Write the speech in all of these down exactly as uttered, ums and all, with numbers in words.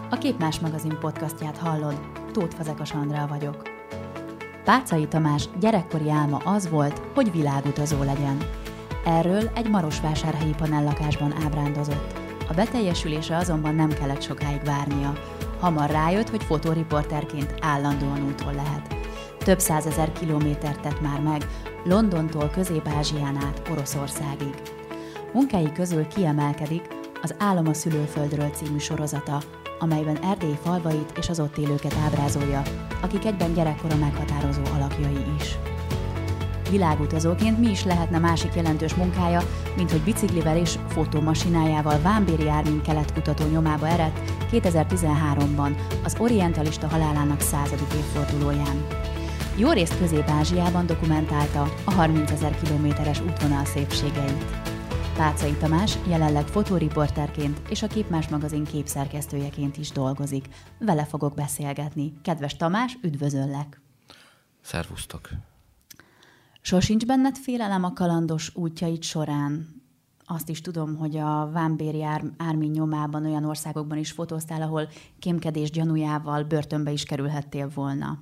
A Képmás magazin podcastját hallod, Tóth Fazekas Andrea vagyok. Páczai Tamás gyerekkori álma az volt, hogy világutazó legyen. Erről egy marosvásárhelyi panellakásban ábrándozott. A beteljesülésre azonban nem kellett sokáig várnia. Hamar rájött, hogy fotóriporterként állandóan úton lehet. Több százezer kilométert tett már meg, Londontól Közép-Ázsián át Oroszországig. Munkái közül kiemelkedik az Álom a szülőföldről című sorozata, amelyben Erdély falvait és az ott élőket ábrázolja, akik egyben gyerekkora meghatározó alakjai is. Világutazóként mi is lehetne másik jelentős munkája, mint hogy biciklivel és fotómasinájával Vámbéry Ármin keletkutató nyomába eredt kétezer-tizenháromban az orientalista halálának századik évfordulóján. Jó részt Közép-Ázsiában dokumentálta a harmincezer kilométeres útvonal szépségeit. Páczai Tamás jelenleg fotóriporterként és a Képmás magazin képszerkesztőjeként is dolgozik. Vele fogok beszélgetni. Kedves Tamás, üdvözöllek! Szervusztok! Sosincs benned félelem a kalandos útjaid során? Azt is tudom, hogy a Vámbéry Ármin nyomában olyan országokban is fotóztál, ahol kémkedés gyanújával börtönbe is kerülhettél volna.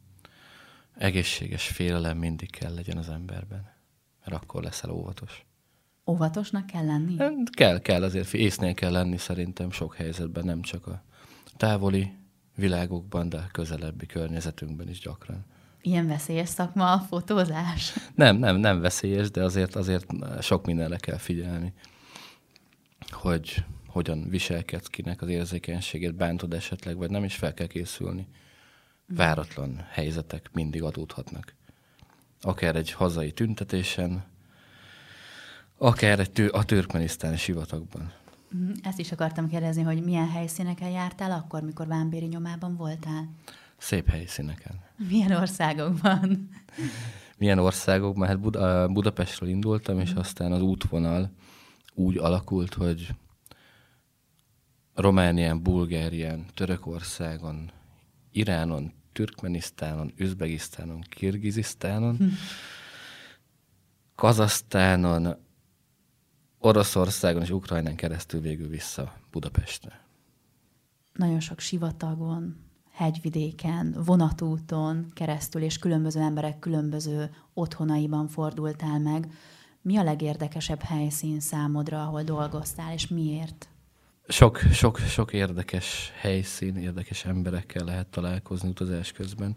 Egészséges félelem mindig kell legyen az emberben, mert akkor leszel óvatos. Óvatosnak kell lenni? Kell, kell, azért észnél kell lenni szerintem sok helyzetben, nem csak a távoli világokban, de közelebbi környezetünkben is gyakran. Ilyen veszélyes szakma a fotózás? Nem, nem, nem veszélyes, de azért, azért sok mindenre kell figyelni, hogy hogyan viselkedsz, kinek az érzékenységét bántod esetleg, vagy nem is fel kell készülni. Váratlan helyzetek mindig adódhatnak. Akár egy hazai tüntetésen, akár egy tő, a türkmenisztáni sivatagban. Ezt is akartam kérdezni, hogy milyen helyszíneken jártál akkor, mikor Vámbéry nyomában voltál? Szép helyszíneken. Milyen országokban? Milyen országokban? Hát Bud- Budapestről indultam, és aztán az útvonal úgy alakult, hogy Románián, Bulgárián, Törökországon, Iránon, Türkmenisztánon, Üzbegisztánon, Kirgizisztánon, hm. Kazahsztánon, Oroszországon és Ukrajnán keresztül végül vissza Budapestre. Nagyon sok sivatagon, hegyvidéken, vonatúton keresztül, és különböző emberek különböző otthonaiban fordultál meg. Mi a legérdekesebb helyszín számodra, ahol dolgoztál, és miért? Sok, sok, sok érdekes helyszín, érdekes emberekkel lehet találkozni utazás közben.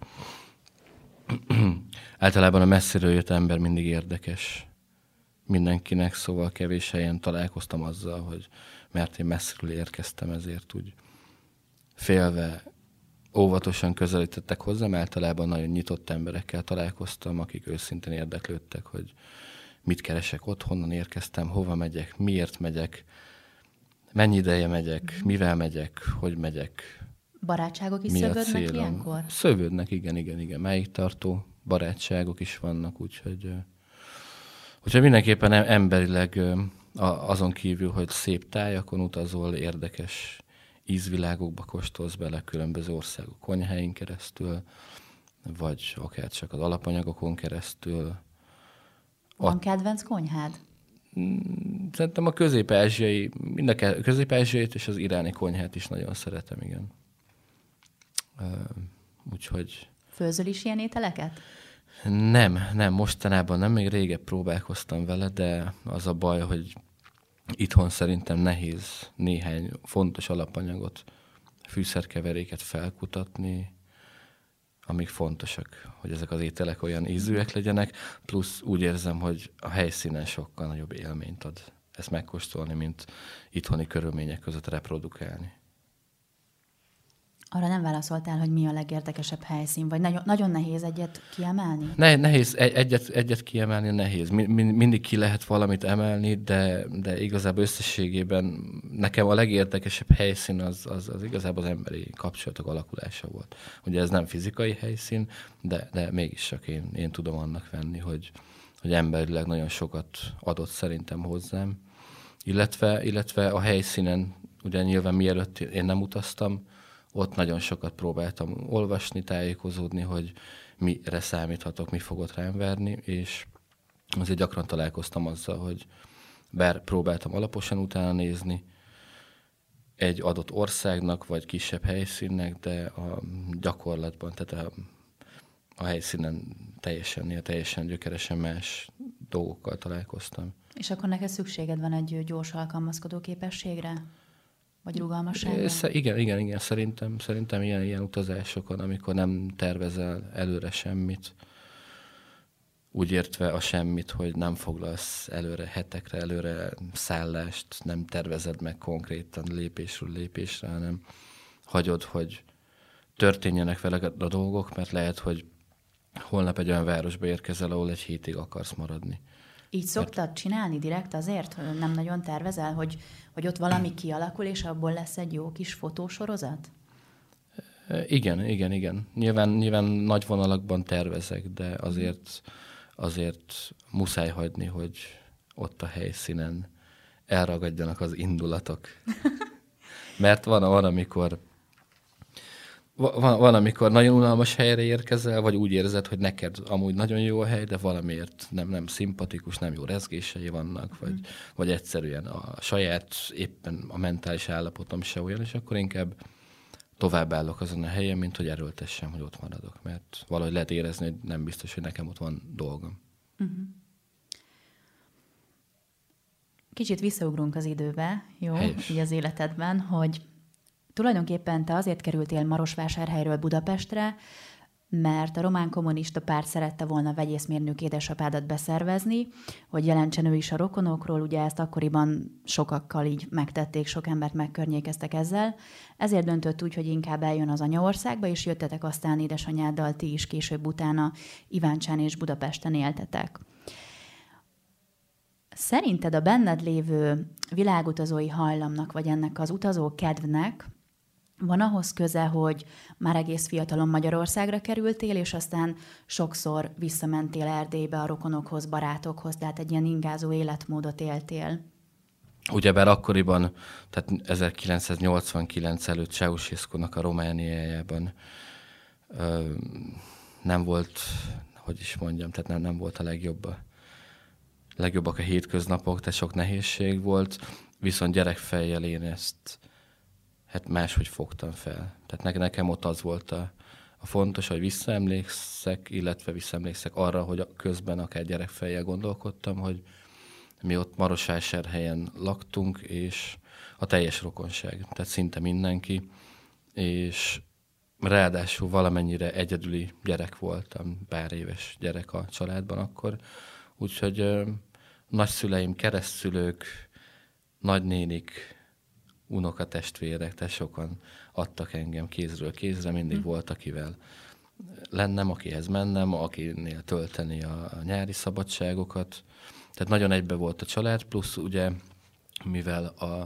Általában a messziről jött ember mindig érdekes mindenkinek, szóval kevés helyen találkoztam azzal, hogy mert én messziről érkeztem, ezért úgy félve, óvatosan közelítettek hozzám. Általában nagyon nyitott emberekkel találkoztam, akik őszintén érdeklődtek, hogy mit keresek ott, honnan érkeztem, hova megyek, miért megyek, mennyi ideje megyek, mivel megyek, hogy megyek. Barátságok is szövődnek ilyenkor? Szövődnek, igen, igen, igen. Máig tartó barátságok is vannak, úgyhogy, úgyhogy mindenképpen emberileg azon kívül, hogy szép tájakon utazol, érdekes ízvilágokba kóstolsz bele, különböző országok konyháin keresztül, vagy akár csak az alapanyagokon keresztül. Van kedvenc konyhád? Szerintem a közép-ázsiai, mind a közép-ázsiait és az iráni konyhát is nagyon szeretem, igen. Úgyhogy... Főzöl is ilyen ételeket? Nem, nem, mostanában nem, még régebb próbálkoztam vele, de az a baj, hogy itthon szerintem nehéz néhány fontos alapanyagot, fűszerkeveréket felkutatni, amik fontosak, hogy ezek az ételek olyan ízűek legyenek, plusz úgy érzem, hogy a helyszínen sokkal nagyobb élményt ad ezt megkóstolni, mint itthoni körülmények között reprodukálni. Arra nem válaszoltál, hogy mi a legérdekesebb helyszín, vagy nagyon, nagyon nehéz egyet kiemelni? Ne, nehéz, egy, egyet, egyet kiemelni nehéz. Mind, mindig ki lehet valamit emelni, de, de igazából összességében nekem a legérdekesebb helyszín az, az, az igazából az emberi kapcsolatok alakulása volt. Ugye ez nem fizikai helyszín, de, de mégis csak én, én tudom annak venni, hogy, hogy emberileg nagyon sokat adott szerintem hozzám. Illetve, illetve a helyszínen, ugye nyilván mielőtt én nem utaztam, ott nagyon sokat próbáltam olvasni, tájékozódni, hogy mire számíthatok, mi fogott rám verni, és azért gyakran találkoztam azzal, hogy bár próbáltam alaposan utána nézni, egy adott országnak, vagy kisebb helyszínnek, de a gyakorlatban, tehát a, a helyszínen teljesen, teljesen gyökeresen más dolgokkal találkoztam. És akkor neked szükséged van egy gyors alkalmazkodó képességre? Vagy rugalmasságra? Igen, igen, igen. Szerintem, szerintem ilyen, ilyen utazásokon, amikor nem tervezel előre semmit, úgy értve a semmit, hogy nem foglalsz előre hetekre, előre szállást, nem tervezed meg konkrétan lépésről lépésre, hanem hagyod, hogy történjenek vele a dolgok, mert lehet, hogy holnap egy olyan városba érkezel, ahol egy hétig akarsz maradni. Így szoktad mert... csinálni direkt azért, hogy nem nagyon tervezel, hogy, hogy ott valami kialakul, és abból lesz egy jó kis fotósorozat? Igen, igen, igen. Nyilván, nyilván nagy vonalakban tervezek, de azért, azért muszáj hagyni, hogy ott a helyszínen elragadjanak az indulatok. Mert van, van amikor Van, van, amikor nagyon unalmas helyre érkezel, vagy úgy érzed, hogy neked amúgy nagyon jó a hely, de valamiért nem, nem szimpatikus, nem jó rezgései vannak, vagy, mm. vagy egyszerűen a saját, éppen a mentális állapotom se olyan, és akkor inkább tovább állok azon a helyen, mint hogy erőltessem, hogy ott maradok, mert valahogy lehet érezni, hogy nem biztos, hogy nekem ott van dolgom. Mm-hmm. Kicsit visszaugrunk az időbe, jó, így az életedben, hogy tulajdonképpen te azért kerültél Marosvásárhelyről Budapestre, mert a román kommunista párt szerette volna vegyészmérnök édesapádat beszervezni, hogy jelentsen ő is a rokonokról, ugye ezt akkoriban sokakkal így megtették, sok embert megkörnyékeztek ezzel. Ezért döntött úgy, hogy inkább eljön az anyaországba, és jöttetek aztán édesanyáddal ti is később utána Iváncsán és Budapesten éltetek. Szerinted a benned lévő világutazói hajlamnak, vagy ennek az utazó kedvnek van ahhoz köze, hogy már egész fiatalon Magyarországra kerültél, és aztán sokszor visszamentél Erdélybe a rokonokhoz, barátokhoz, tehát egy ilyen ingázó életmódot éltél? Ugyebár akkoriban, tehát ezerkilencszáznyolcvankilenc előtt Ceausescu-nak a Romániájában ö, nem volt, hogy is mondjam, tehát nem, nem volt a legjobb a legjobbak a hétköznapok, tehát sok nehézség volt, viszont gyerekfejjel én ezt hát máshogy fogtam fel. Tehát nekem ott az volt a, a fontos, hogy visszaemlékszek, illetve visszaemlékszek arra, hogy közben akár gyerekfejjel gondolkodtam, hogy mi ott Marosvásárhelyen laktunk, és a teljes rokonság, tehát szinte mindenki, és ráadásul valamennyire egyedüli gyerek voltam, pár éves gyerek a családban akkor, úgyhogy ö, nagyszüleim, keresztszülők, nagynénik, unokatestvérek, tehát sokan adtak engem kézről kézre, mindig hm. volt, akivel lennem, akihez mennem, akinél tölteni a, a nyári szabadságokat. Tehát nagyon egybe volt a család, plusz ugye, mivel a,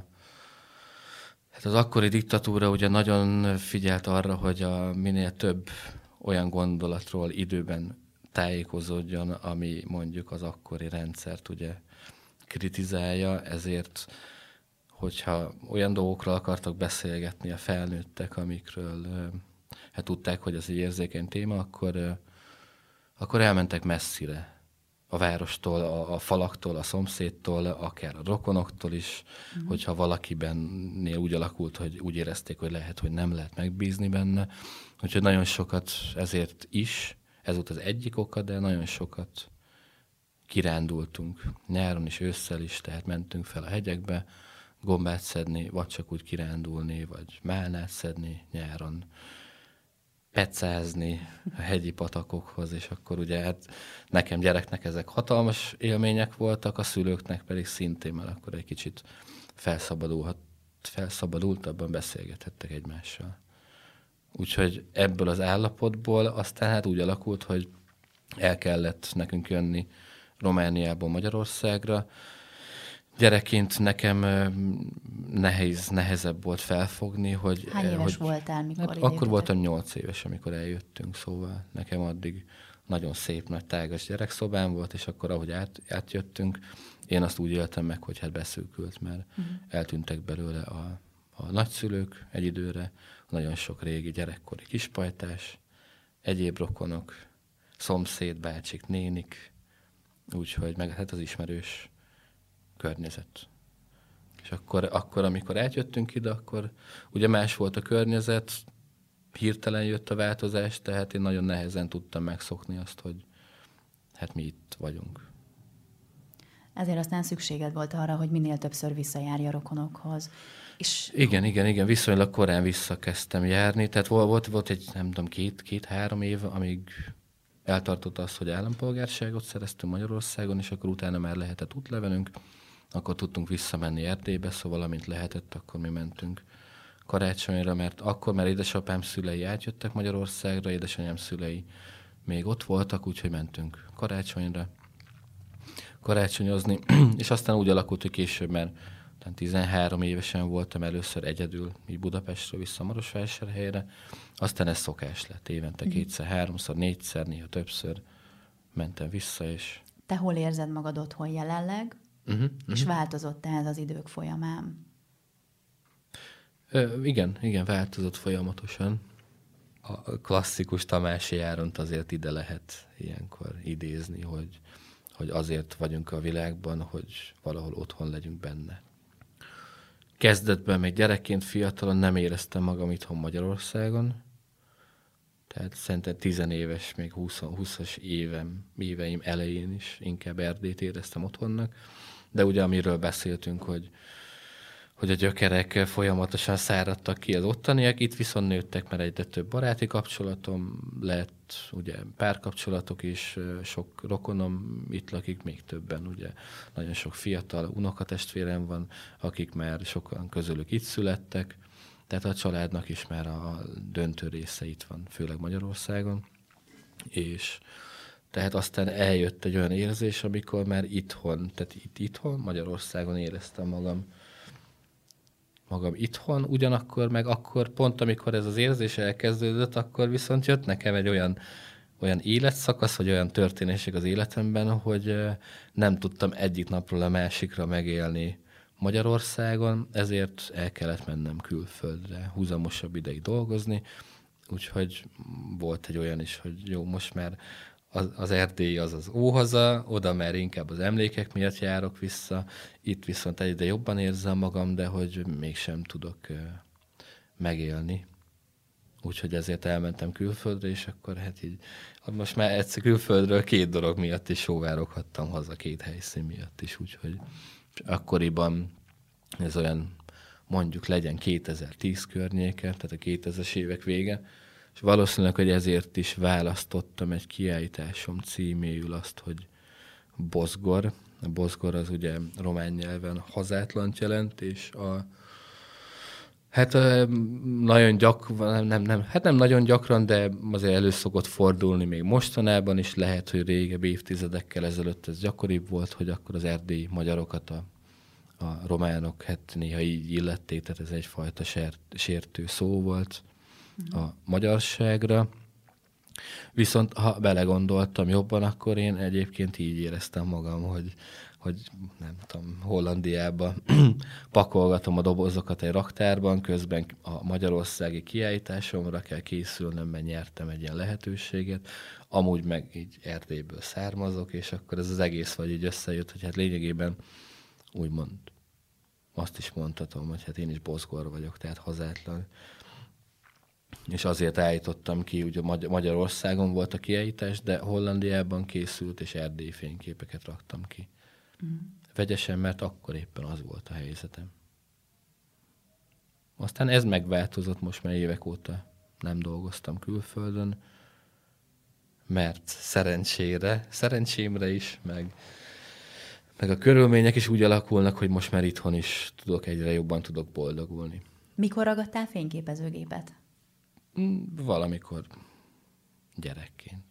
hát az akkori diktatúra ugye nagyon figyelt arra, hogy a minél több olyan gondolatról időben tájékozódjon, ami mondjuk az akkori rendszert ugye kritizálja, ezért, hogyha olyan dolgokról akartak beszélgetni a felnőttek, amikről hát tudták, hogy ez egy érzékeny téma, akkor, akkor elmentek messzire. A várostól, a, a falaktól, a szomszédtól, akár a rokonoktól is, mm. hogyha valakibennél úgy alakult, hogy úgy érezték, hogy lehet, hogy nem lehet megbízni benne. Úgyhogy nagyon sokat ezért is, ez volt az egyik oka, de nagyon sokat kirándultunk. Nyáron is, ősszel is, tehát mentünk fel a hegyekbe, gombát szedni, vagy csak úgy kirándulni, vagy málnát szedni nyáron, pecázni a hegyi patakokhoz, és akkor ugye hát nekem gyereknek ezek hatalmas élmények voltak, a szülőknek pedig szintén, mert akkor egy kicsit felszabadulhat, felszabadultabban beszélgethettek egymással. Úgyhogy ebből az állapotból aztán hát úgy alakult, hogy el kellett nekünk jönni Romániából Magyarországra. Gyerekként nekem nehéz, nehezebb volt felfogni, hogy... Hány éves hogy, voltál, mikor hát akkor voltam nyolc éves, amikor eljöttünk, szóval nekem addig nagyon szép, nagy, tágas gyerekszobám volt, és akkor ahogy át, átjöttünk, én azt úgy éltem meg, hogy hát beszűkült, mert uh-huh. eltűntek belőle a, a nagyszülők egy időre, nagyon sok régi gyerekkori kispajtás, egyéb rokonok, szomszéd, bácsik, nénik, úgyhogy meg hát az ismerős környezet. És akkor, akkor, amikor átjöttünk ide, akkor ugye más volt a környezet, hirtelen jött a változás, tehát én nagyon nehezen tudtam megszokni azt, hogy hát mi itt vagyunk. Ezért aztán szükséged volt arra, hogy minél többször visszajárj a rokonokhoz. És... Igen, igen, igen, viszonylag korán visszakezdtem járni, tehát volt, volt egy, nem tudom, két, két-három év, amíg eltartott az, hogy állampolgárságot szereztünk Magyarországon, és akkor utána már lehetett útlevelünk, akkor tudtunk visszamenni Erdélybe, szóval amint lehetett, akkor mi mentünk karácsonyra, mert akkor már édesapám szülei átjöttek Magyarországra, édesanyám szülei még ott voltak, úgyhogy mentünk karácsonyra, karácsonyozni, és aztán úgy alakult, hogy később már tizenhárom évesen voltam először egyedül, így Budapestről vissza Marosvásárhelyre, aztán ez szokás lett, évente kétszer, háromszor, négyszer, néha többször mentem vissza, és... Te hol érzed magad otthon jelenleg, uh-huh, és uh-huh. változott ez az idők folyamán? Ö, igen, igen, változott folyamatosan. A klasszikus Tamási Áront azért ide lehet ilyenkor idézni, hogy, hogy azért vagyunk a világban, hogy valahol otthon legyünk benne. Kezdetben még gyerekként, fiatalon nem éreztem magam itthon Magyarországon, tehát szerintem tizenéves, még húszas évem, éveim elején is inkább Erdélyt éreztem otthonnak, de ugye amiről beszéltünk, hogy, hogy a gyökerek folyamatosan száradtak ki az ottaniak, itt viszont nőttek, mert egyre több baráti kapcsolatom lett, ugye párkapcsolatok is, sok rokonom itt lakik, még többen, ugye nagyon sok fiatal unokatestvérem van, akik már sokan közülük itt születtek, tehát a családnak is már a döntő része itt van, főleg Magyarországon, és tehát aztán eljött egy olyan érzés, amikor már itthon, tehát itt itthon, Magyarországon éreztem magam, magam itthon, ugyanakkor meg akkor pont, amikor ez az érzés elkezdődött, akkor viszont jött nekem egy olyan, olyan életszakasz, vagy olyan történések az életemben, hogy nem tudtam egyik napról a másikra megélni Magyarországon, ezért el kellett mennem külföldre, húzamosabb ideig dolgozni, úgyhogy volt egy olyan is, hogy jó, most már az, az Erdély az az óhaza, oda már inkább az emlékek miatt járok vissza, itt viszont egyre jobban érzem magam, de hogy mégsem tudok uh, megélni. Úgyhogy ezért elmentem külföldre, és akkor hát így, most már egyszer külföldről két dolog miatt is sóvároghattam haza, két helyszín miatt is, úgyhogy akkoriban ez olyan, mondjuk legyen kétezer-tíz környéke, tehát a kétezres évek vége, és valószínűleg, hogy ezért is választottam egy kiállításom címéül azt, hogy Bozgor. A Bozgor az ugye román nyelven hazátlant jelent, és a hát nagyon gyakran, nem, nem, hát nem nagyon gyakran, de azért elő szokott fordulni még mostanában is, lehet, hogy régebbi évtizedekkel ezelőtt ez gyakoribb volt, hogy akkor az erdélyi magyarokat a, a románok hát néha így illették, tehát ez egyfajta sért, sértő szó volt a magyarságra. Viszont ha belegondoltam jobban, akkor én egyébként így éreztem magam, hogy hogy nem tudom, Hollandiába pakolgatom a dobozokat egy raktárban, közben a magyarországi kiállításomra kell készülnöm, mert nyertem egy ilyen lehetőséget, amúgy meg így Erdélyből származok, és akkor ez az egész vagy így összejött, hogy hát lényegében úgymond azt is mondhatom, hogy hát én is Bozgor vagyok, tehát hazátlan. És azért állítottam ki, ugye Magyarországon volt a kiállítás, de Hollandiában készült, és erdélyi fényképeket raktam ki. Mm. Vegyesen, mert akkor éppen az volt a helyzetem. Aztán ez megváltozott, most már évek óta nem dolgoztam külföldön, mert szerencsére, szerencsémre is, meg, meg a körülmények is úgy alakulnak, hogy most már itthon is tudok, egyre jobban tudok boldogulni. Mikor ragadtál fényképezőgépet? Valamikor gyerekként.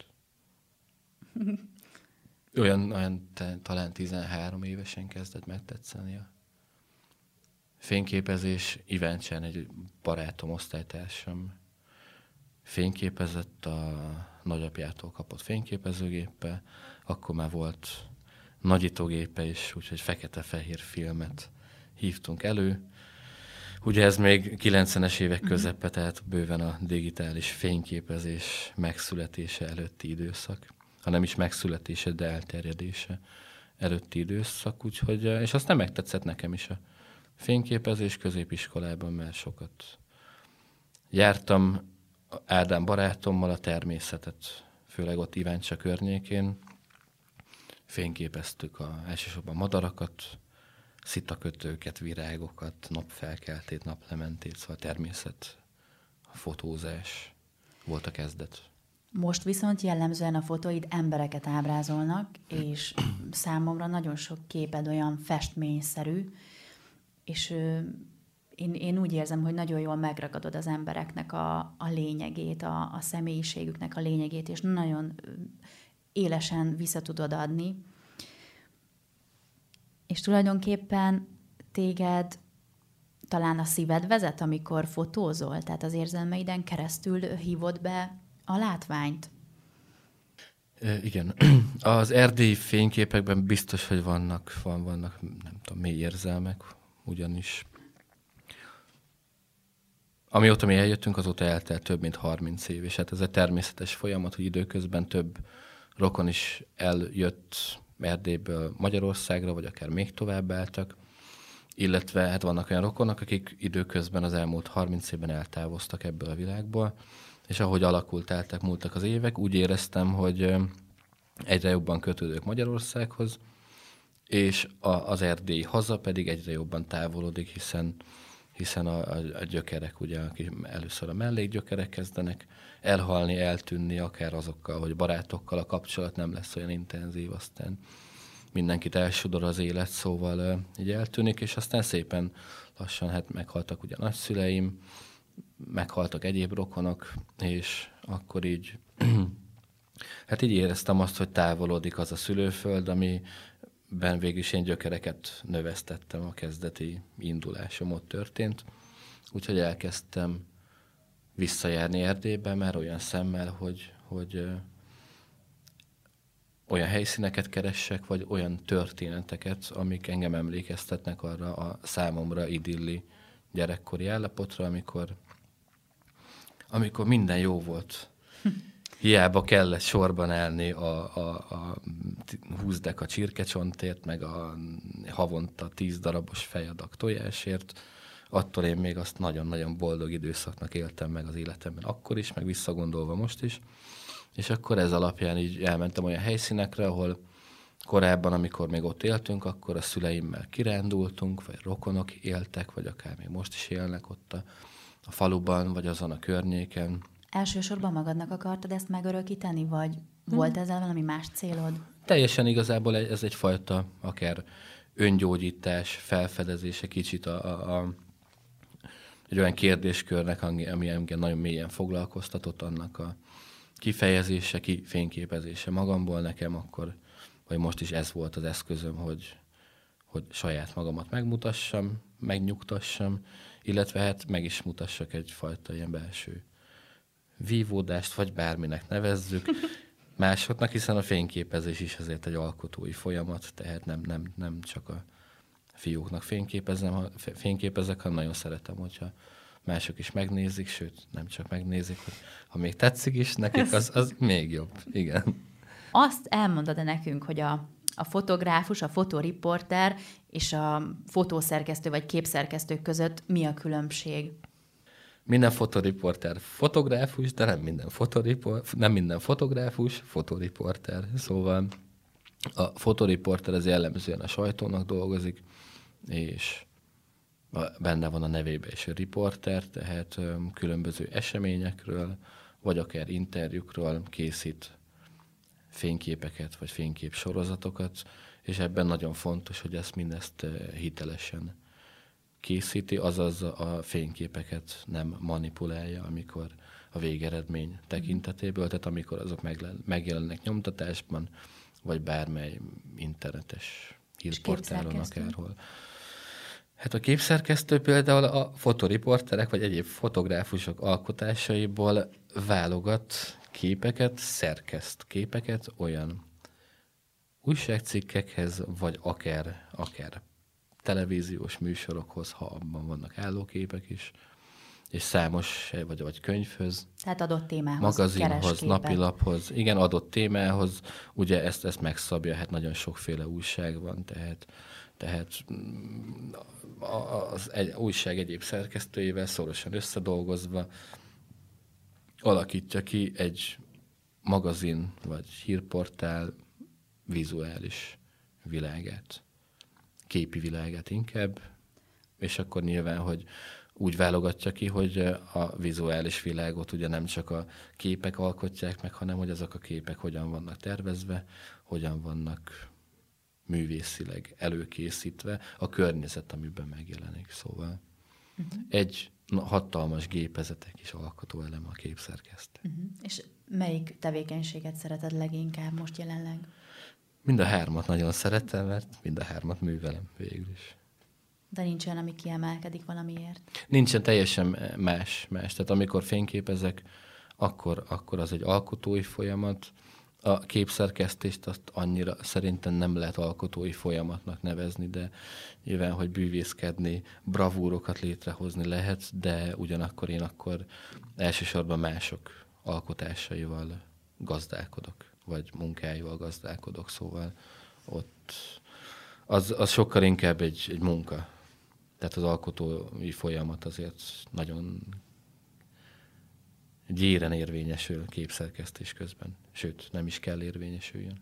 Olyan, olyan te, talán tizenhárom évesen kezdett megtetszeni a fényképezés. Iváncsen egy barátom, osztálytársam fényképezett, a nagyapjától kapott fényképezőgéppel, akkor már volt nagyítógépe is, úgyhogy fekete-fehér filmet hívtunk elő. Ugye ez még kilencvenes évek közepe, tehát bőven a digitális fényképezés megszületése előtti időszak, hanem is megszületése, de elterjedése előtti időszak, úgyhogy, és azt nem megtetszett nekem is a fényképezés középiskolában, mert sokat jártam Ádám barátommal a természetet, főleg ott Iváncsa környékén. Fényképeztük a, elsősorban madarakat, szitakötőket, virágokat, napfelkeltét, naplementét, szóval természet, a fotózás volt a kezdet. Most viszont jellemzően a fotóid embereket ábrázolnak, és számomra nagyon sok képed olyan festményszerű, és ö, én, én úgy érzem, hogy nagyon jól megragadod az embereknek a, a lényegét, a, a személyiségüknek a lényegét, és nagyon élesen vissza tudod adni. És tulajdonképpen téged talán a szíved vezet, amikor fotózol, tehát az érzelmeiden keresztül hívod be a látványt. E, igen. Az erdélyi fényképekben biztos, hogy vannak, van, vannak nem tudom, mély érzelmek, ugyanis amióta mi eljöttünk, azóta eltelt több mint harminc év, és hát ez egy természetes folyamat, hogy időközben több rokon is eljött Erdélyből Magyarországra, vagy akár még tovább álltak, illetve hát vannak olyan rokonok, akik időközben az elmúlt harminc évben eltávoztak ebből a világból, és ahogy alakult, eltek, múltak az évek, úgy éreztem, hogy egyre jobban kötődök Magyarországhoz, és a, az erdélyi haza pedig egyre jobban távolodik, hiszen, hiszen a, a, a gyökerek, ugye, akik először a mellékgyökerek kezdenek elhalni, eltűnni, akár azokkal, hogy barátokkal a kapcsolat nem lesz olyan intenzív, aztán mindenkit elsodor az élet, szóval így eltűnik, és aztán szépen lassan hát meghaltak ugye nagyszüleim, meghaltak egyéb rokonok, és akkor így hát így éreztem azt, hogy távolodik az a szülőföld, amiben végül is én gyökereket növesztettem, a kezdeti indulásom ott történt. Úgyhogy elkezdtem visszajárni Erdélybe, már olyan szemmel, hogy, hogy ö, olyan helyszíneket keressek, vagy olyan történeteket, amik engem emlékeztetnek arra a számomra idilli gyerekkori állapotra, amikor, amikor minden jó volt. Hiába kellett sorban állni a, a, a húsz deka csirkecsontért, meg a havonta tíz darabos fejadag tojásért. Attól én még azt nagyon-nagyon boldog időszaknak éltem meg az életemben akkor is, meg visszagondolva most is. És akkor ez alapján így elmentem olyan helyszínekre, ahol korábban, amikor még ott éltünk, akkor a szüleimmel kirándultunk, vagy rokonok éltek, vagy akár még most is élnek ott a, a faluban, vagy azon a környéken. Elsősorban magadnak akartad ezt megörökíteni, vagy hmm. volt ezzel valami más célod? Teljesen igazából ez egyfajta akár öngyógyítás, felfedezése kicsit a, a, a, egy olyan kérdéskörnek, ami engem nagyon mélyen foglalkoztatott, annak a kifejezése, kifényképezése magamból nekem, akkor, vagy most is ez volt az eszközöm, hogy, hogy saját magamat megmutassam, megnyugtassam, illetve hát meg is mutassak egyfajta ilyen belső vívódást, vagy bárminek nevezzük másoknak, hiszen a fényképezés is azért egy alkotói folyamat, tehát nem, nem, nem csak a fiúknak fényképezem, fényképezek, hanem nagyon szeretem, hogyha mások is megnézik, sőt, nem csak megnézik, hogy ha még tetszik is nekik, az, az még jobb. Igen. Azt elmondod-e nekünk, hogy a, a fotográfus, a fotoriporter és a fotószerkesztő vagy képszerkesztő között mi a különbség? Minden fotoriporter fotográfus, de nem minden, fotoripor, nem minden fotográfus, fotoriporter. Szóval a fotoriporter az jellemzően a sajtónak dolgozik, és benne van a nevében is a riporter, tehát különböző eseményekről, vagy akár interjúkról készít fényképeket, vagy fényképsorozatokat, és ebben nagyon fontos, hogy ezt mindezt hitelesen készíti, azaz a fényképeket nem manipulálja, amikor a végeredmény tekintetéből, tehát amikor azok megjelennek nyomtatásban, vagy bármely internetes hírportálon akárhol. Hát a képszerkesztő például a fotoriporterek, vagy egyéb fotográfusok alkotásaiból válogat képeket, szerkeszt képeket olyan újságcikkekhez, vagy akár, akár televíziós műsorokhoz, ha abban vannak állóképek is, és számos, vagy, vagy könyvhöz, tehát adott témához, magazinhoz, napilaphoz, igen, adott témához, ugye ezt, ezt megszabja, hát nagyon sokféle újság van, tehát, tehát az egy, újság egyéb szerkesztőjével szorosan összedolgozva alakítja ki egy magazin vagy hírportál vizuális világát, képi világát inkább, és akkor nyilván, hogy úgy válogatja ki, hogy a vizuális világot ugye nem csak a képek alkotják meg, hanem hogy azok a képek hogyan vannak tervezve, hogyan vannak művészileg előkészítve, a környezet, amiben megjelenik. Szóval uh-huh. egy hatalmas gépezetek is alkotó elem a képszerkesztő. Uh-huh. És melyik tevékenységet szereted leginkább most jelenleg? Mind a hármat nagyon szeretem, mert mind a hármat művelem végül is. De nincs olyan, ami kiemelkedik valamiért? Nincsen, teljesen más. más. Tehát amikor fényképezek, akkor, akkor az egy alkotói folyamat. A képszerkesztést azt annyira szerintem nem lehet alkotói folyamatnak nevezni, de nyilván, hogy bűvészkedni, bravúrokat létrehozni lehet, de ugyanakkor én akkor elsősorban mások alkotásaival gazdálkodok, vagy munkáival gazdálkodok, szóval ott az, az sokkal inkább egy, egy munka. Tehát az alkotói folyamat azért nagyon gyéren érvényesül képszerkesztés közben. Sőt, nem is kell érvényesüljön.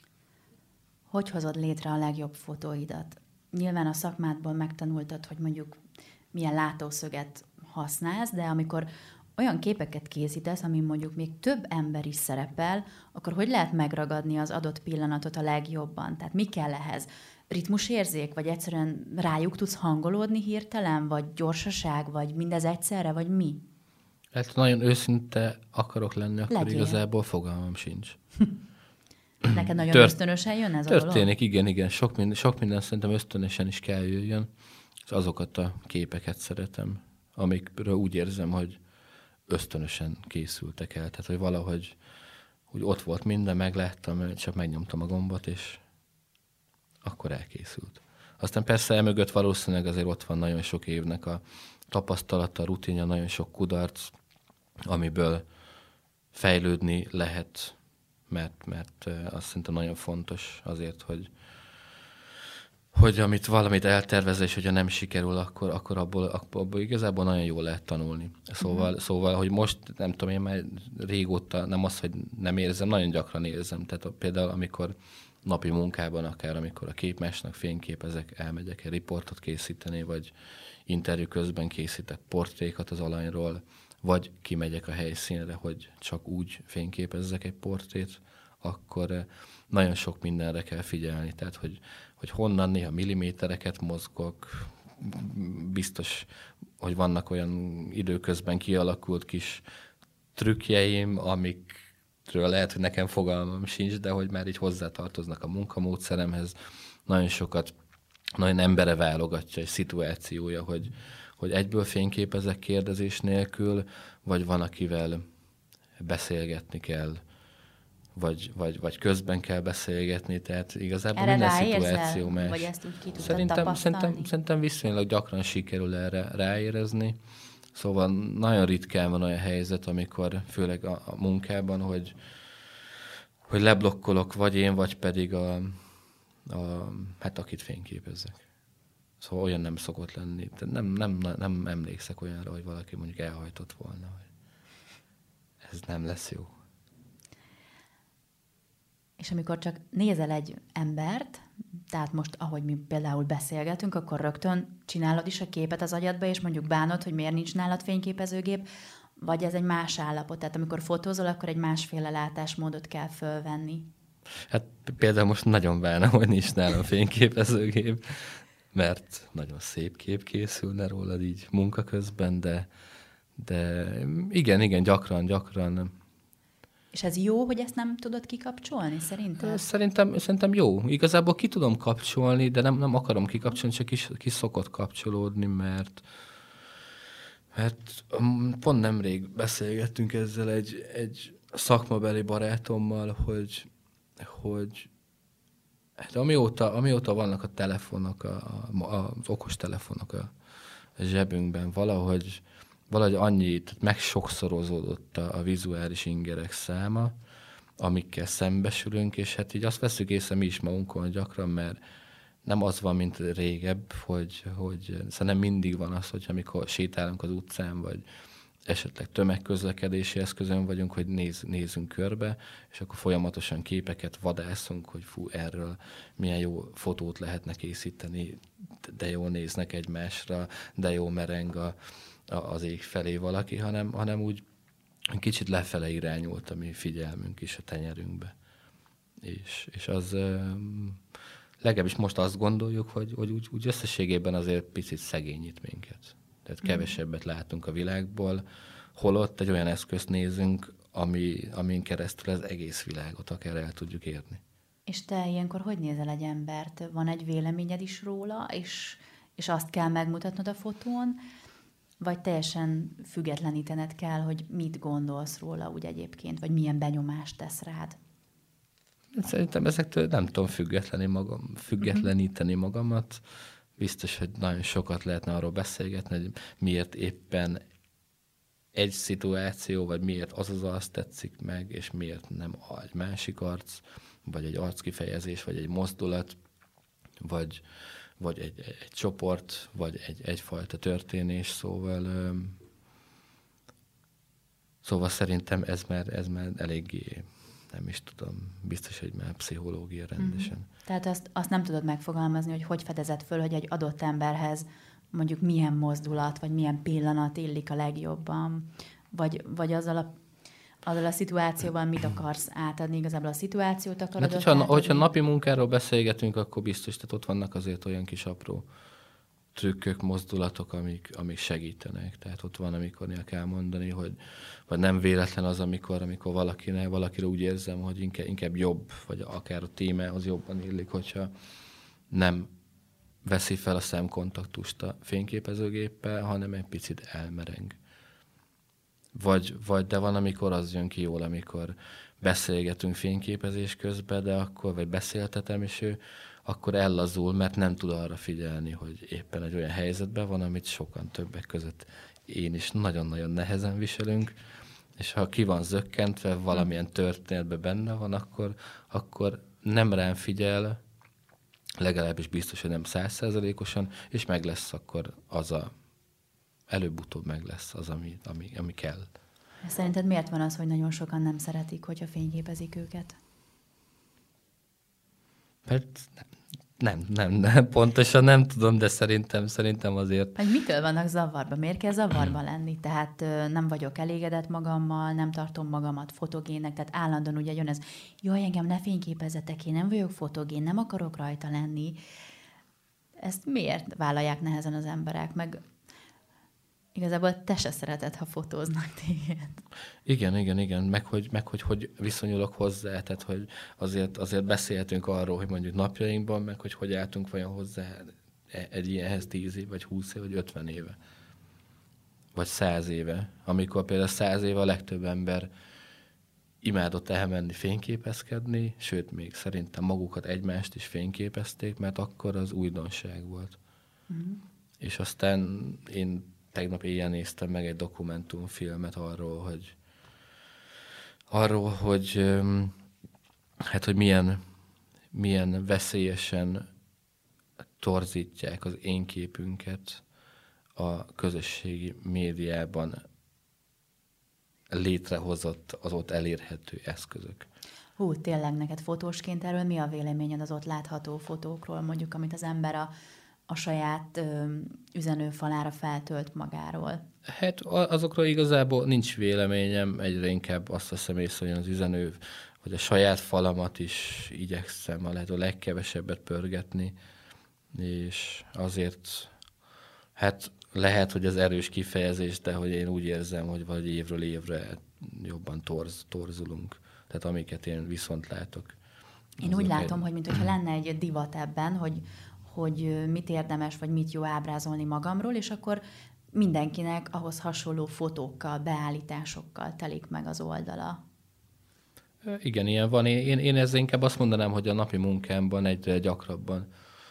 Hogy hozod létre a legjobb fotóidat? Nyilván a szakmádból megtanultad, hogy mondjuk milyen látószöget használsz, de amikor olyan képeket készítesz, amin mondjuk még több ember is szerepel, akkor hogy lehet megragadni az adott pillanatot a legjobban? Tehát mi kell ehhez? Ritmusérzék, vagy egyszerűen rájuk tudsz hangolódni hirtelen, vagy gyorsaság, vagy mindez egyszerre, vagy mi? Hát nagyon őszinte akarok lenni, akkor Legyél. Igazából fogalmam sincs. Neked nagyon Tört, ösztönösen jön ez a dolog? Történik, igen, igen. Sok minden, sok minden szerintem ösztönösen is kell jöjjön. És azokat a képeket szeretem, amikről úgy érzem, hogy ösztönösen készültek el. Tehát, hogy valahogy úgy ott volt minden, megláttam, csak megnyomtam a gombot, és akkor elkészült. Aztán persze emögött valószínűleg azért ott van nagyon sok évnek a tapasztalata, a rutinja, nagyon sok kudarc, amiből fejlődni lehet, mert, mert azt szerintem nagyon fontos azért, hogy, hogy amit valamit eltervez, és hogyha nem sikerül, akkor, akkor abból, abból igazából nagyon jól lehet tanulni. Szóval, mm-hmm. szóval, hogy most, nem tudom, én már régóta nem az, hogy nem érzem, nagyon gyakran érzem. Tehát például, amikor napi munkában, akár amikor a képmásnak fényképezek, elmegyek egy riportot készíteni, vagy interjú közben készítek portrékat az alanyról, vagy kimegyek a helyszínre, hogy csak úgy fényképezzek egy portrét, akkor nagyon sok mindenre kell figyelni. Tehát, hogy, hogy honnan néha millimétereket mozgok, biztos, hogy vannak olyan időközben kialakult kis trükkjeim, amikről lehet, hogy nekem fogalmam sincs, de hogy már így hozzátartoznak a munkamódszeremhez. Nagyon sokat, nagyon embere válogatja egy szituációja, hogy, hogy egyből fényképezek kérdezés nélkül, vagy van, akivel beszélgetni kell, vagy, vagy, vagy közben kell beszélgetni, tehát igazából erre minden szituáció más. Vagy ezt úgy ki tudtad szerintem, tapasztalni? szerintem, szerintem viszonylag gyakran sikerül erre ráérezni. Szóval nagyon ritkán van olyan helyzet, amikor főleg a, a munkában, hogy, hogy leblokkolok vagy én, vagy pedig a, a, hát akit fényképezzek. Szóval olyan nem szokott lenni. Nem, nem, nem emlékszek olyanra, hogy valaki mondjuk elhajtott volna, hogy ez nem lesz jó. És amikor csak nézel egy embert, tehát most, ahogy mi például beszélgetünk, akkor rögtön csinálod is a képet az agyadba, és mondjuk bánod, hogy miért nincs nálad fényképezőgép, vagy ez egy más állapot? Tehát amikor fotózol, akkor egy másféle látásmódot kell fölvenni. Hát például most nagyon bánom, hogy nincs nálam fényképezőgép, mert nagyon szép kép készülne rólad így munka közben, de, de igen, igen, gyakran, gyakran. És ez jó, hogy ezt nem tudod kikapcsolni, szerintem? Szerintem, szerintem jó. Igazából ki tudom kapcsolni, de nem, nem akarom kikapcsolni, csak ki, ki szokott kapcsolódni, mert, mert pont nemrég beszélgettünk ezzel egy, egy szakmabeli barátommal, hogy, hogy hát amióta, amióta vannak a telefonok, a, a, az okos telefonok a, a zsebünkben, valahogy valahogy annyit megsokszorozódott a, a vizuális ingerek száma, amikkel szembesülünk, és hát így azt veszük észre mi is magunkon gyakran, mert, nem az van, mint régebb, hogy, hogy szerintem mindig van az, hogy amikor sétálunk az utcán, vagy esetleg tömegközlekedési eszközön vagyunk, hogy néz, nézzünk körbe, és akkor folyamatosan képeket vadászunk, hogy fú, erről milyen jó fotót lehetne készíteni, de jól néznek egymásra, de jó mereng a, a, az ég felé valaki, hanem, hanem úgy kicsit lefele irányult a mi figyelmünk is a tenyerünkbe. És, és az legalábbis most azt gondoljuk, hogy, hogy úgy, úgy összességében azért picit szegényít minket. Tehát kevesebbet látunk a világból, holott egy olyan eszközt nézünk, ami, amin keresztül az egész világot akár el tudjuk érni. És te ilyenkor hogy nézel egy embert? Van egy véleményed is róla, és, és azt kell megmutatnod a fotón, vagy teljesen függetlenítened kell, hogy mit gondolsz róla úgy egyébként, vagy milyen benyomást tesz rád? Szerintem ezektől nem tudom függetleni magam, függetleníteni magamat. Biztos, hogy nagyon sokat lehetne arról beszélgetni, hogy miért éppen egy szituáció, vagy miért az az arc tetszik meg, és miért nem egy másik arc, vagy egy arckifejezés, vagy egy mozdulat, vagy, vagy egy, egy, egy csoport, vagy egy, egyfajta történés. Szóval, szóval szerintem ez már, ez már eléggé, nem is tudom, biztos, hogy már pszichológia rendesen. Mm-hmm. Tehát azt, azt nem tudod megfogalmazni, hogy hogy fedezed föl, hogy egy adott emberhez mondjuk milyen mozdulat, vagy milyen pillanat illik a legjobban, vagy, vagy azzal, a, azzal a szituációval mit akarsz átadni, igazából a szituációt akarod hát, hogyha, hogyha napi munkáról beszélgetünk, akkor biztos, tehát ott vannak azért olyan kis apró trükkök, mozdulatok, amik, amik segítenek. Tehát ott van, amikor el kell mondani, hogy vagy nem véletlen az, amikor, amikor valakinek, valakire úgy érzem, hogy inkább, inkább jobb, vagy akár a témához jobban illik, hogyha nem veszi fel a szemkontaktust a fényképezőgéppel, hanem egy picit elmereng. Vagy, vagy de van, amikor az jön ki jól, amikor beszélgetünk fényképezés közben, de akkor, vagy beszéltetem, és ő akkor ellazul, mert nem tud arra figyelni, hogy éppen egy olyan helyzetben van, amit sokan többek között én is nagyon-nagyon nehezen viselünk, és ha ki van zökkentve, valamilyen történetben benne van, akkor, akkor nem rám figyel, legalábbis biztos, hogy nem százszerzalékosan, és meg lesz akkor az a, előbb-utóbb meg lesz az, ami, ami, ami kell. Szerinted miért van az, hogy nagyon sokan nem szeretik, hogyha fényképezik őket? Mert nem, nem, nem, pontosan nem tudom, de szerintem, szerintem azért... Hogy mitől vannak zavarba? Miért kell zavarba lenni? Tehát nem vagyok elégedett magammal, nem tartom magamat fotogénnek, tehát állandóan ugye jön ez, jaj, engem ne fényképezzetek, én nem vagyok fotogén, nem akarok rajta lenni. Ezt miért vállalják nehezen az emberek? Meg igazából te se szereted, ha fotóznak téged. Igen, igen, igen, meg hogy, meg hogy, hogy viszonyulok hozzá, tehát hogy azért, azért beszélhetünk arról, hogy mondjuk napjainkban, meg hogy hogy álltunk vajon hozzá egy ilyenhez tíz év, vagy húsz év, vagy ötven éve, vagy száz éve, amikor például száz éve a legtöbb ember imádott elmenni fényképezkedni, sőt, még szerintem magukat egymást is fényképezték, mert akkor az újdonság volt. Mm. És aztán én tegnap éjjel néztem meg egy dokumentumfilmet arról, hogy arról, hogy hát, hogy milyen, milyen veszélyesen torzítják az én képünket a közösségi médiában létrehozott, az ott elérhető eszközök. Hú, tényleg neked fotósként erről mi a véleményed az ott látható fotókról, mondjuk, amit az ember a a saját ö, üzenőfalára feltölt magáról? Hát azokról igazából nincs véleményem, egyre inkább azt veszem észre, hogy az üzenő, vagy a saját falamat is igyekszem a lehető legkevesebbet pörgetni, és azért, hát lehet, hogy az erős kifejezés, de hogy én úgy érzem, hogy vagy évről évre jobban torz, torzulunk. Tehát amiket én viszont látok. Én úgy látom, egy... hogy mintha lenne egy divat ebben, hogy hogy mit érdemes, vagy mit jó ábrázolni magamról, és akkor mindenkinek ahhoz hasonló fotókkal, beállításokkal telik meg az oldala. Igen, ilyen van. Én, én ezzel inkább azt mondanám, hogy a napi munkámban egyre gyakrabban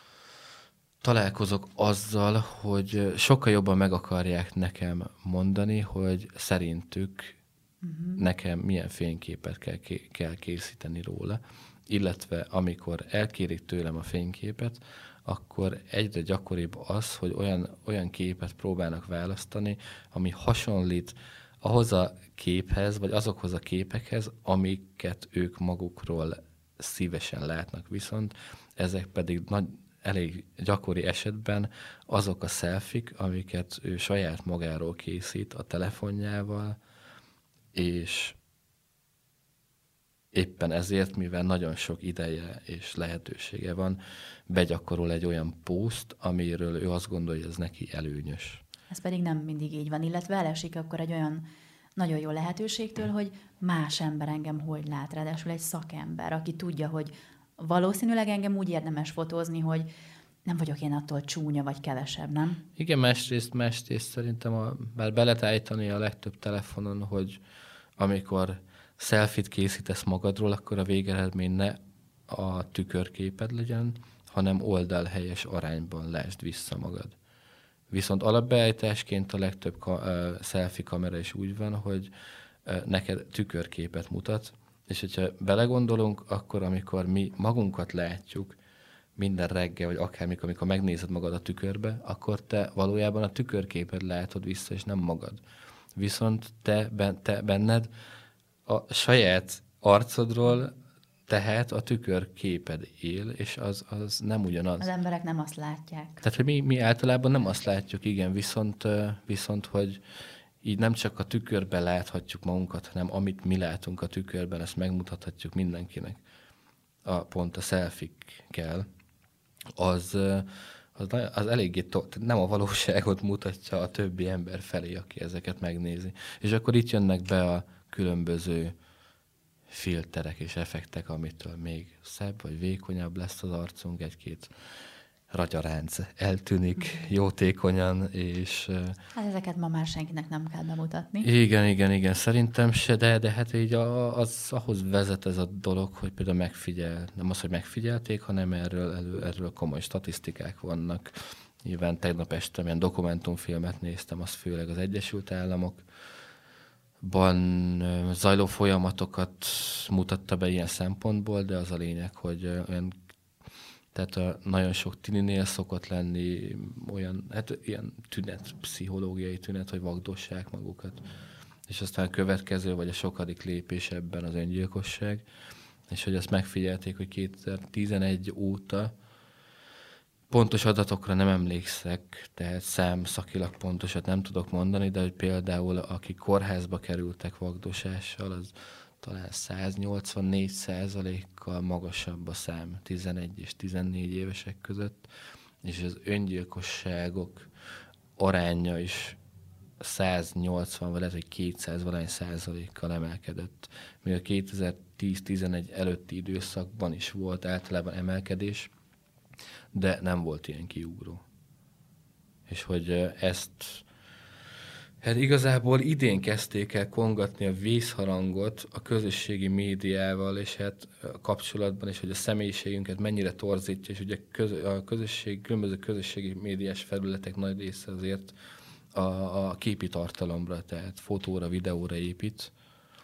találkozok azzal, hogy sokkal jobban meg akarják nekem mondani, hogy szerintük uh-huh. nekem milyen fényképet kell, kell készíteni róla, illetve amikor elkérik tőlem a fényképet, akkor egyre gyakoribb az, hogy olyan, olyan képet próbálnak választani, ami hasonlít ahhoz a képhez, vagy azokhoz a képekhez, amiket ők magukról szívesen látnak. Viszont ezek pedig nagy, elég gyakori esetben azok a selfik, amiket ő saját magáról készít a telefonjával, és éppen ezért, mivel nagyon sok ideje és lehetősége van, begyakorol egy olyan pószt, amiről ő azt gondolja, hogy ez neki előnyös. Ez pedig nem mindig így van, illetve elesik akkor egy olyan nagyon jó lehetőségtől, hogy más ember engem hogy lát, ráadásul egy szakember, aki tudja, hogy valószínűleg engem úgy érdemes fotózni, hogy nem vagyok én attól csúnya vagy kevesebb, nem? Igen, másrészt, másrészt szerintem, a, bár be lehet állítani a legtöbb telefonon, hogy amikor selfit készítesz magadról, akkor a végeredmény ne a tükörképed legyen, hanem oldalhelyes arányban lásd vissza magad. Viszont alapbeállításként a legtöbb ka- uh, selfie kamera is úgy van, hogy uh, neked tükörképet mutat, és hogyha belegondolunk, akkor amikor mi magunkat látjuk minden reggel, vagy akármikor, amikor megnézed magad a tükörbe, akkor te valójában a tükörképet látod vissza, és nem magad. Viszont te, ben, te benned a saját arcodról tehát a tükörképed él, és az, az nem ugyanaz. Az emberek nem azt látják. Tehát, hogy mi, mi általában nem azt látjuk, igen, viszont, viszont, hogy így nem csak a tükörben láthatjuk magunkat, hanem amit mi látunk a tükörben, ezt megmutathatjuk mindenkinek. A, pont a selfie-kkel. Az, az, az eléggé, to- nem a valóságot mutatja a többi ember felé, aki ezeket megnézi. És akkor itt jönnek be a különböző filterek és effektek, amitől még szebb vagy vékonyabb lesz az arcunk, egy-két ragyaránc eltűnik jótékonyan, és... Hát ezeket ma már senkinek nem kell bemutatni. Igen, igen, igen, szerintem se, de, de hát így a, az ahhoz vezet ez a dolog, hogy például megfigyel, nem az, hogy megfigyelték, hanem erről, elő, erről komoly statisztikák vannak. Nyilván tegnap este ilyen dokumentumfilmet néztem, az főleg az Egyesült Államok, ban zajló folyamatokat mutatta be ilyen szempontból, de az a lényeg, hogy olyan, tehát a nagyon sok tininél szokott lenni olyan, hát ilyen tünet, pszichológiai tünet, hogy vagdossák magukat. És aztán a következő, vagy a sokadik lépés ebben az öngyilkosság, és hogy azt megfigyelték, hogy kétezer-tizenegy óta pontos adatokra nem emlékszek, tehát számszakilag pontosat nem tudok mondani, de hogy például akik kórházba kerültek vagdosással, az talán száznyolcvannégy százalékkal magasabb a szám tizenegy és tizennégy évesek között, és az öngyilkosságok aránya is száznyolcvan, vagy lehet, hogy kétszáz valány százalékkal emelkedett. Még a kétezer-tíz-tizenegy előtti időszakban is volt általában emelkedés, de nem volt ilyen kiugró. És hogy ezt hát igazából idén kezdték el kongatni a vészharangot a közösségi médiával, és hát a kapcsolatban, és hogy a személyiségünket mennyire torzítja, és ugye a közösség, különböző közösségi médiás felületek nagy része azért a, a képi tartalomra, tehát fotóra, videóra épít,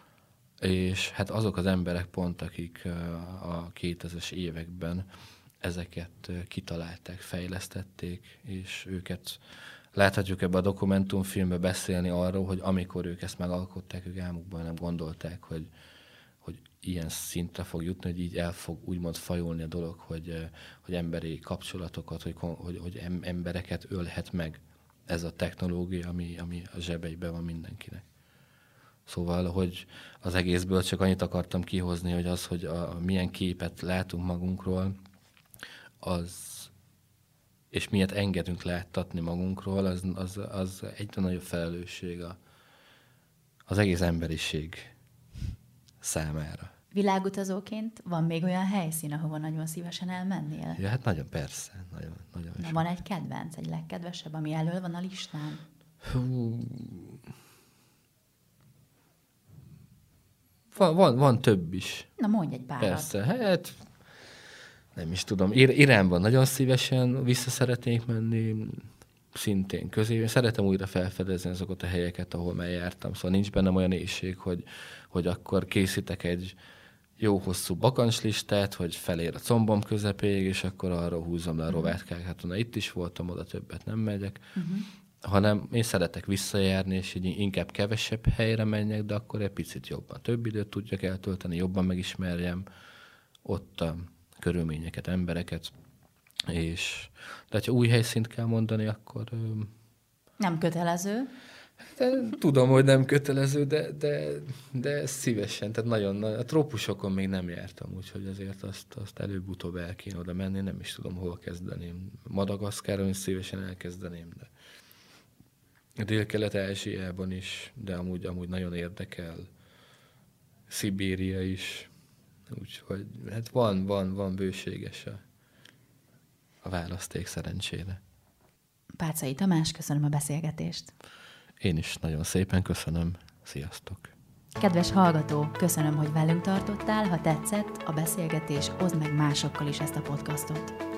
és hát azok az emberek pont, akik a kétezres években ezeket kitalálták, fejlesztették, és őket láthatjuk ebbe a dokumentumfilmbe beszélni arról, hogy amikor ők ezt megalkották, ők álmukban nem gondolták, hogy, hogy ilyen szintre fog jutni, hogy így el fog úgymond fajulni a dolog, hogy, hogy emberi kapcsolatokat, hogy, hogy, hogy embereket ölhet meg ez a technológia, ami, ami a zsebeiben van mindenkinek. Szóval, hogy az egészből csak annyit akartam kihozni, hogy az, hogy a, a milyen képet látunk magunkról, az, és miért engedünk láttatni magunkról, az, az, az egyre nagyobb felelősség a, az egész emberiség számára. Világutazóként van még olyan helyszín, ahova nagyon szívesen elmennél? Ja, hát nagyon persze. Nagyon, nagyon Na, van egy kedvenc, egy legkedvesebb, ami elől van a listán? Hú. Van, van, van több is. Na, mondj egy párat. Persze, hát nem is tudom. Ir- Iránban nagyon szívesen vissza szeretnék menni, szintén közé. Szeretem újra felfedezni azokat a helyeket, ahol már jártam. Szóval nincs bennem olyan éhség, hogy, hogy akkor készítek egy jó hosszú bakancslistát, hogy felér a combom közepéig, és akkor arra húzom le a rovátkákat. Hát na, itt is voltam, oda többet nem megyek. Uh-huh. Hanem én szeretek visszajárni, és így inkább kevesebb helyre menjek, de akkor egy picit jobban több időt tudjak eltölteni, jobban megismerjem ott a körülményeket, embereket, és de ha új helyszínt kell mondani, akkor... Nem kötelező. De, tudom, hogy nem kötelező, de, de, de szívesen, tehát nagyon, a trópusokon még nem jártam, úgyhogy azért azt, azt előbb-utóbb el kéne oda menni, nem is tudom, hol kezdeném. Madagaszkáron is szívesen elkezdeném, de Dél-Kelet-Ázsiában is, de amúgy, amúgy nagyon érdekel. Szibéria is, úgyhogy hát van, van, van bőséges a, a választék szerencsére. Páczai Tamás, köszönöm a beszélgetést. Én is nagyon szépen köszönöm. Sziasztok! Kedves hallgató, köszönöm, hogy velünk tartottál. Ha tetszett a beszélgetés, oszd meg másokkal is ezt a podcastot.